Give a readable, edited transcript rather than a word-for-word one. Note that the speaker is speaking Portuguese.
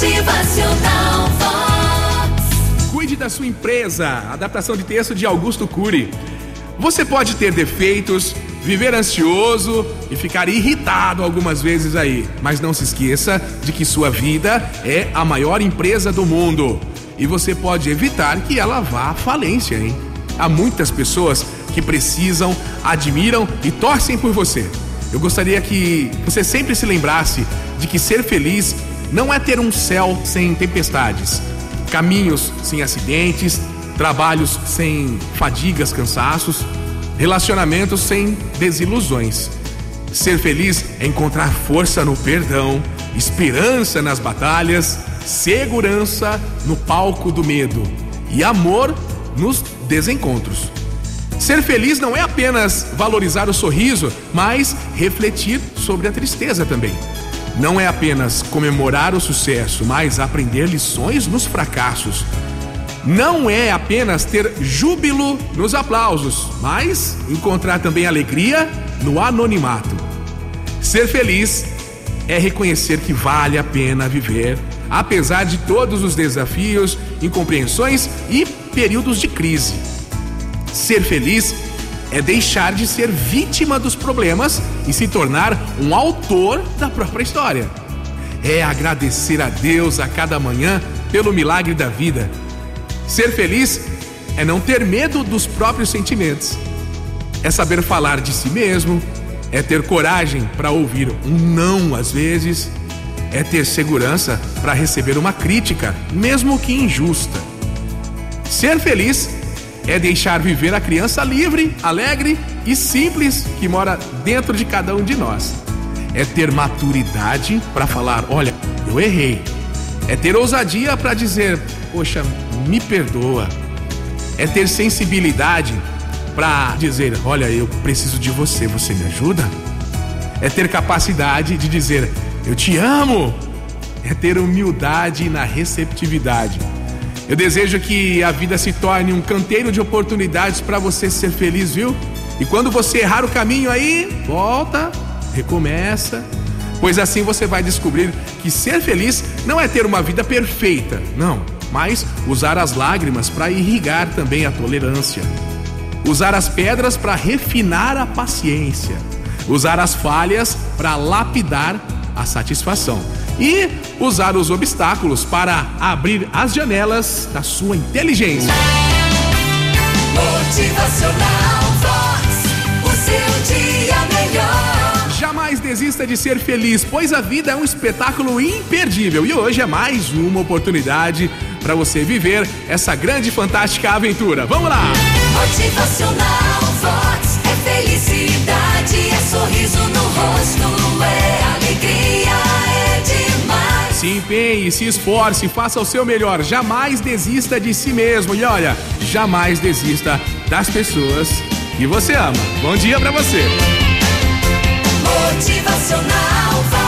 Motivacional Vox. Cuide da sua empresa. Adaptação de texto de Augusto Cury. Você pode ter defeitos, viver ansioso e ficar irritado algumas vezes aí, mas não se esqueça de que sua vida é a maior empresa do mundo e você pode evitar que ela vá à falência, hein? Há muitas pessoas que precisam, admiram e torcem por você. Eu gostaria que você sempre se lembrasse de que ser feliz não é ter um céu sem tempestades, caminhos sem acidentes, trabalhos sem fadigas, cansaços, relacionamentos sem desilusões. Ser feliz é encontrar força no perdão, esperança nas batalhas, segurança no palco do medo e amor nos desencontros. Ser feliz não é apenas valorizar o sorriso, mas refletir sobre a tristeza também. Não é apenas comemorar o sucesso, mas aprender lições nos fracassos. Não é apenas ter júbilo nos aplausos, mas encontrar também alegria no anonimato. Ser feliz é reconhecer que vale a pena viver, apesar de todos os desafios, incompreensões e períodos de crise. Ser feliz é deixar de ser vítima dos problemas e se tornar um autor da própria história. É agradecer a Deus a cada manhã pelo milagre da vida. Ser feliz é não ter medo dos próprios sentimentos. É saber falar de si mesmo, é ter coragem para ouvir um não às vezes, é ter segurança para receber uma crítica, mesmo que injusta. Ser feliz é deixar viver a criança livre, alegre e simples que mora dentro de cada um de nós. É ter maturidade para falar, olha, eu errei. É ter ousadia para dizer, poxa, me perdoa. É ter sensibilidade para dizer, olha, eu preciso de você, você me ajuda? É ter capacidade de dizer, eu te amo. É ter humildade na receptividade. Eu desejo que a vida se torne um canteiro de oportunidades para você ser feliz, viu? E quando você errar o caminho aí, volta, recomeça, pois assim você vai descobrir que ser feliz não é ter uma vida perfeita, não, mas usar as lágrimas para irrigar também a tolerância, usar as pedras para refinar a paciência, usar as falhas para lapidar a satisfação e usar os obstáculos para abrir as janelas da sua inteligência. Motivacional Vox, o seu dia melhor. Jamais desista de ser feliz, pois a vida é um espetáculo imperdível e hoje é mais uma oportunidade para você viver essa grande e fantástica aventura. Vamos lá! Motivacional Vox é felicidade, é sorriso no rosto, é alegria, é demais. Se empenhe, se esforce, faça o seu melhor, jamais desista de si mesmo e olha, jamais desista das pessoas que você ama. Bom dia pra você! Motivacional Vox.